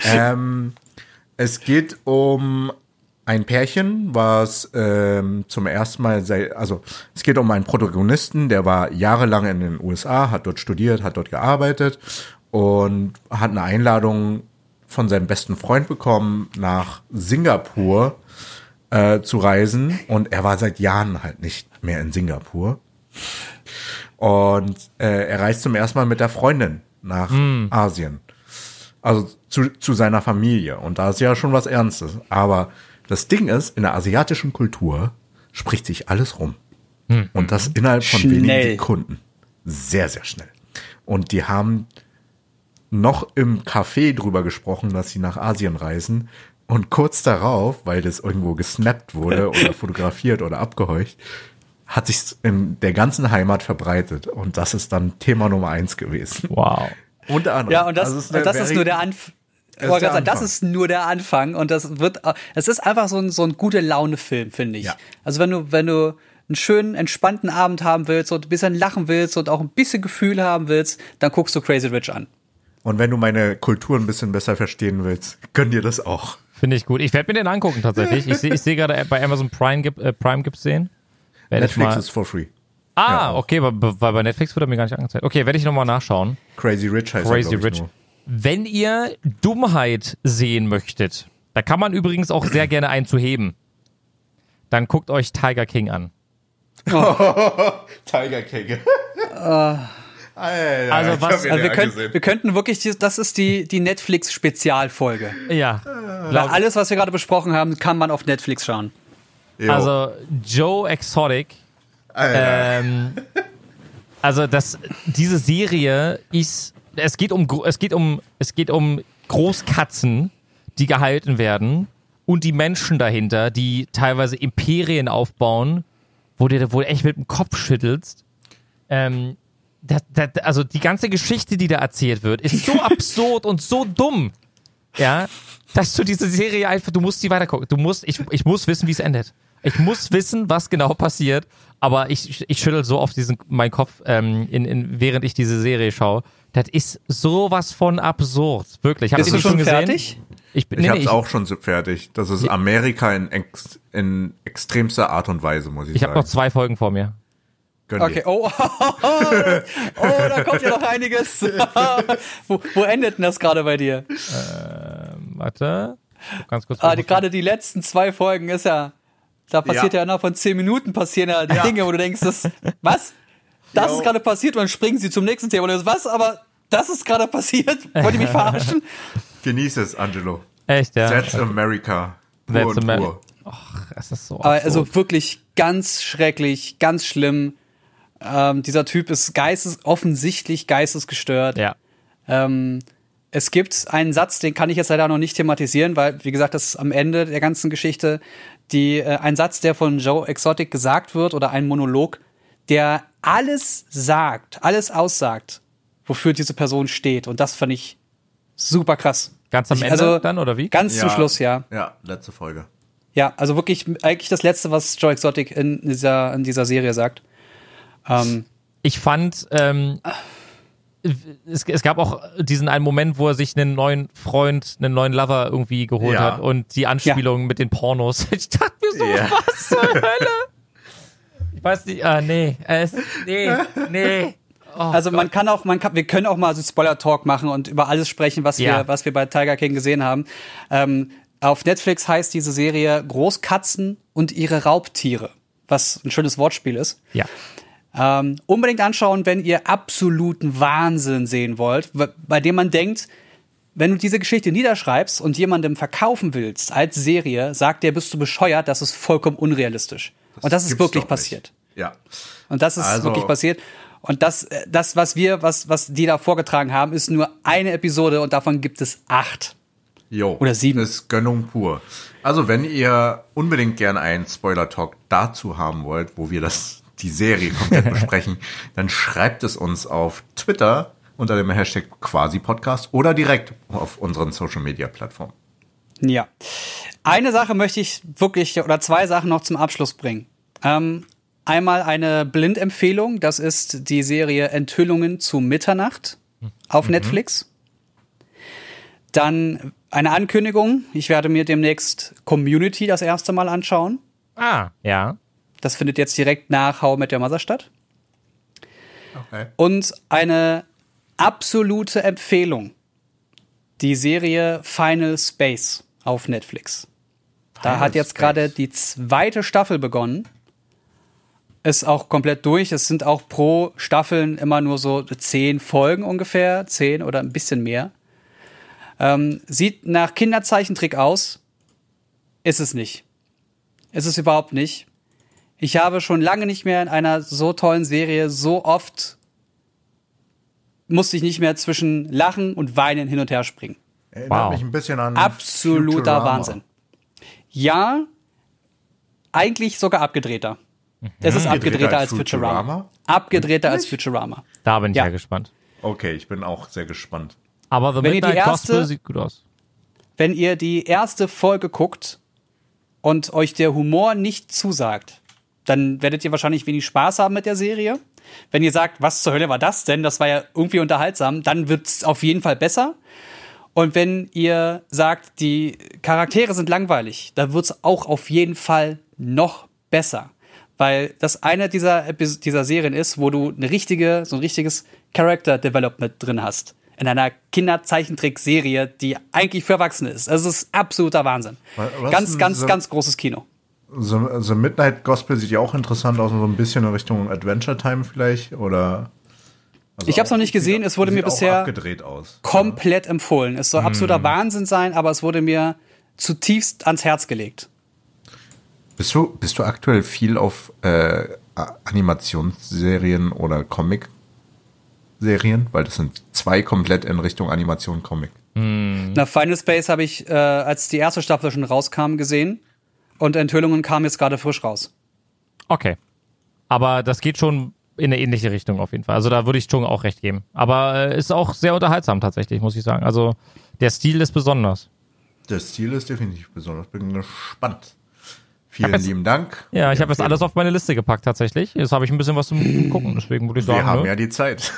Es geht um ein Pärchen, was zum ersten Mal, es geht um einen Protagonisten, der war jahrelang in den USA, hat dort studiert, hat dort gearbeitet und hat eine Einladung von seinem besten Freund bekommen, nach Singapur zu reisen. Und er war seit Jahren halt nicht mehr in Singapur. Und er reist zum ersten Mal mit der Freundin nach Asien. Also zu seiner Familie. Und da ist ja schon was Ernstes. Aber das Ding ist, in der asiatischen Kultur spricht sich alles rum. Und das innerhalb von wenigen Sekunden. Sehr, sehr schnell. Und die haben noch im Café drüber gesprochen, dass sie nach Asien reisen. Und kurz darauf, weil das irgendwo gesnappt wurde oder fotografiert oder abgehorcht, hat sich in der ganzen Heimat verbreitet. Und das ist dann Thema Nummer 1 gewesen. Wow. Unter anderem. Ja, und das ist nur der Anfang. Das ist nur der Anfang und es ist einfach so ein gute Laune-Film, finde ich. Ja. Also wenn du einen schönen, entspannten Abend haben willst und ein bisschen lachen willst und auch ein bisschen Gefühl haben willst, dann guckst du Crazy Rich an. Und wenn du meine Kultur ein bisschen besser verstehen willst, gönn dir das auch. Finde ich gut. Ich werde mir den angucken tatsächlich. Ich sehe gerade bei Amazon Prime gibt's den. Netflix ist for free. Ah, okay, weil bei Netflix wird er mir gar nicht angezeigt. Okay, werde ich nochmal nachschauen. Crazy Rich heißt Crazy er, glaub ich, Rich. nur. Wenn ihr Dummheit sehen möchtet, da kann man übrigens auch sehr gerne einen zu heben. Dann guckt euch Tiger King an. Tiger King. Also was- Wir könnten wirklich, das ist die Netflix-Spezialfolge. Ja. Weil alles, was wir gerade besprochen haben, kann man auf Netflix schauen. Also Joe Exotic. Diese Serie ist, es geht um Großkatzen, die gehalten werden und die Menschen dahinter, die teilweise Imperien aufbauen, wo du echt mit dem Kopf schüttelst. also die ganze Geschichte, die da erzählt wird, ist so absurd und so dumm, ja, dass du diese Serie einfach, du musst sie weitergucken. Ich muss wissen, wie es endet. Ich muss wissen, was genau passiert, aber ich schüttel so oft meinen Kopf, während ich diese Serie schaue. Das ist sowas von absurd, wirklich. Bist du schon fertig? Ich hab's auch schon so fertig. Das ist Amerika in extremster Art und Weise, muss ich sagen. Ich habe noch 2 Folgen vor mir. Okay, da kommt ja noch einiges. Wo endet denn das gerade bei dir? Warte. Ganz kurz. Gerade die letzten 2 Folgen ist ja, da passiert ja innerhalb von 10 Minuten passieren ja die Dinge, wo du denkst, was? Das ist gerade passiert und dann springen sie zum nächsten Thema. Und du denkst, was? Aber das ist gerade passiert? Wollt ihr mich verarschen? Genieß es, Angelo. Echt, ja? That's America. Pur. Ach, es ist so absurd. Also wirklich ganz schrecklich, ganz schlimm. Dieser Typ ist offensichtlich geistesgestört. Ja. Es gibt einen Satz, den kann ich jetzt leider noch nicht thematisieren, weil, wie gesagt, das ist am Ende der ganzen Geschichte ein Satz, der von Joe Exotic gesagt wird oder ein Monolog, der alles aussagt, wofür diese Person steht. Und das fand ich super krass. Ganz am Ende dann, oder wie? Ganz zum Schluss, ja. Ja, letzte Folge. Ja, also wirklich eigentlich das Letzte, was Joe Exotic in dieser Serie sagt. Ich fand, es gab auch diesen einen Moment, wo er sich einen neuen Freund, einen neuen Lover irgendwie geholt hat und die Anspielung mit den Pornos. Ich dachte mir so, was zur Hölle? Ich weiß nicht, nee. Oh, also wir können auch mal so Spoiler-Talk machen und über alles sprechen, was wir bei Tiger King gesehen haben. Auf Netflix heißt diese Serie Großkatzen und ihre Raubtiere, was ein schönes Wortspiel ist. Ja. Unbedingt anschauen, wenn ihr absoluten Wahnsinn sehen wollt, bei dem man denkt, wenn du diese Geschichte niederschreibst und jemandem verkaufen willst als Serie, sagt der, bist du bescheuert, das ist vollkommen unrealistisch. Und das ist wirklich passiert. Ja. Und das ist wirklich passiert. Und das was die da vorgetragen haben, ist nur eine Episode und davon gibt es 8. Oder 7. Das ist Gönnung pur. Also wenn ihr unbedingt gerne einen Spoiler-Talk dazu haben wollt, wo wir die Serie komplett besprechen, dann schreibt es uns auf Twitter unter dem Hashtag Quasi-Podcast oder direkt auf unseren Social-Media-Plattformen. Ja. Eine Sache möchte ich wirklich, oder 2 Sachen noch zum Abschluss bringen. Einmal eine Blindempfehlung, das ist die Serie Enthüllungen zu Mitternacht auf Netflix. Dann eine Ankündigung, ich werde mir demnächst Community das erste Mal anschauen. Ah, ja. Das findet jetzt direkt nach How I Met Your Mother statt. Okay. Und eine absolute Empfehlung, die Serie Final Space auf Netflix. Da hat jetzt gerade die 2. Staffel begonnen. Ist auch komplett durch. Es sind auch pro Staffeln immer nur so 10 Folgen ungefähr. 10 oder ein bisschen mehr. Sieht nach Kinderzeichentrick aus. Ist es nicht. Ist es überhaupt nicht. Ich habe schon lange nicht mehr in einer so tollen Serie so oft musste ich nicht mehr zwischen Lachen und Weinen hin und her springen. Erinnert mich ein bisschen an absoluter Futurama. Wahnsinn. Ja, eigentlich sogar abgedrehter. Es ist abgedrehter als Futurama. Abgedrehter als Futurama. Da bin ich ja gespannt. Okay, ich bin auch sehr gespannt. Aber The Midnight Gospel sieht gut aus. Wenn ihr die erste Folge guckt und euch der Humor nicht zusagt, dann werdet ihr wahrscheinlich wenig Spaß haben mit der Serie. Wenn ihr sagt, was zur Hölle war das denn? Das war ja irgendwie unterhaltsam, dann wird's auf jeden Fall besser. Und wenn ihr sagt, die Charaktere sind langweilig, dann wird's auch auf jeden Fall noch besser. Weil das eine dieser Serien ist, wo du so ein richtiges Character Development drin hast. In einer Kinderzeichentrick-Serie, die eigentlich für Erwachsene ist. Also es ist absoluter Wahnsinn. Ganz großes Kino. The Midnight Gospel sieht ja auch interessant aus, so ein bisschen in Richtung Adventure Time vielleicht, oder? Also ich habe es noch nicht gesehen, es wurde mir bisher abgedreht aus. Komplett empfohlen. Es soll absoluter Wahnsinn sein, aber es wurde mir zutiefst ans Herz gelegt. Bist du aktuell viel auf Animationsserien oder Comic-Serien? Weil das sind 2 komplett in Richtung Animation-Comic. Na, Final Space habe ich, als die erste Staffel schon rauskam, gesehen. Und Enthüllungen kamen jetzt gerade frisch raus. Okay. Aber das geht schon in eine ähnliche Richtung auf jeden Fall. Also da würde ich Chung auch recht geben. Aber ist auch sehr unterhaltsam tatsächlich, muss ich sagen. Also der Stil ist besonders. Der Stil ist definitiv besonders. Bin gespannt. Vielen lieben Dank. Ja, ich habe jetzt alles auf meine Liste gepackt tatsächlich. Jetzt habe ich ein bisschen was zum Gucken, deswegen würde ich sagen. Wir haben ne? ja die Zeit.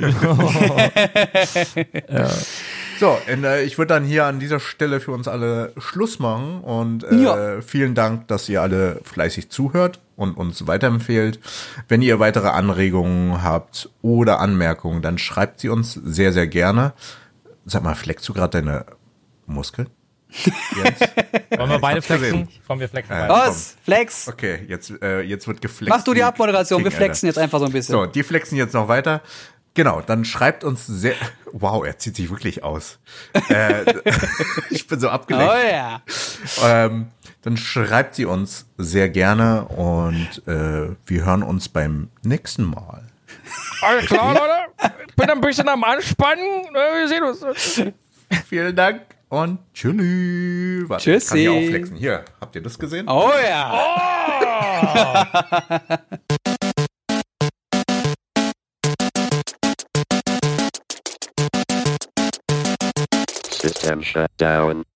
So, ich würde dann hier an dieser Stelle für uns alle Schluss machen und vielen Dank, dass ihr alle fleißig zuhört und uns weiterempfehlt. Wenn ihr weitere Anregungen habt oder Anmerkungen, dann schreibt sie uns sehr, sehr gerne. Sag mal, fleckst du gerade deine Muskeln? Jens? Wollen wir beide flexen? gesehen. Komm, wir flexen beide. Los, Flex. Okay, jetzt wird geflext. Mach du die wie Abmoderation, wir King, flexen jetzt einfach so ein bisschen. So, die flexen jetzt noch weiter. Genau, dann schreibt uns sehr. Wow, er zieht sich wirklich aus. Ich bin so abgelenkt. Oh ja. Dann schreibt sie uns sehr gerne und wir hören uns beim nächsten Mal. Alles klar, Leute. Ich bin ein bisschen am Anspannen. Wir sehen uns. Vielen Dank und tschüss. Warte, Tschüssi. ich kann hier auch flexen. Hier, habt ihr das gesehen? Oh ja. System shut down.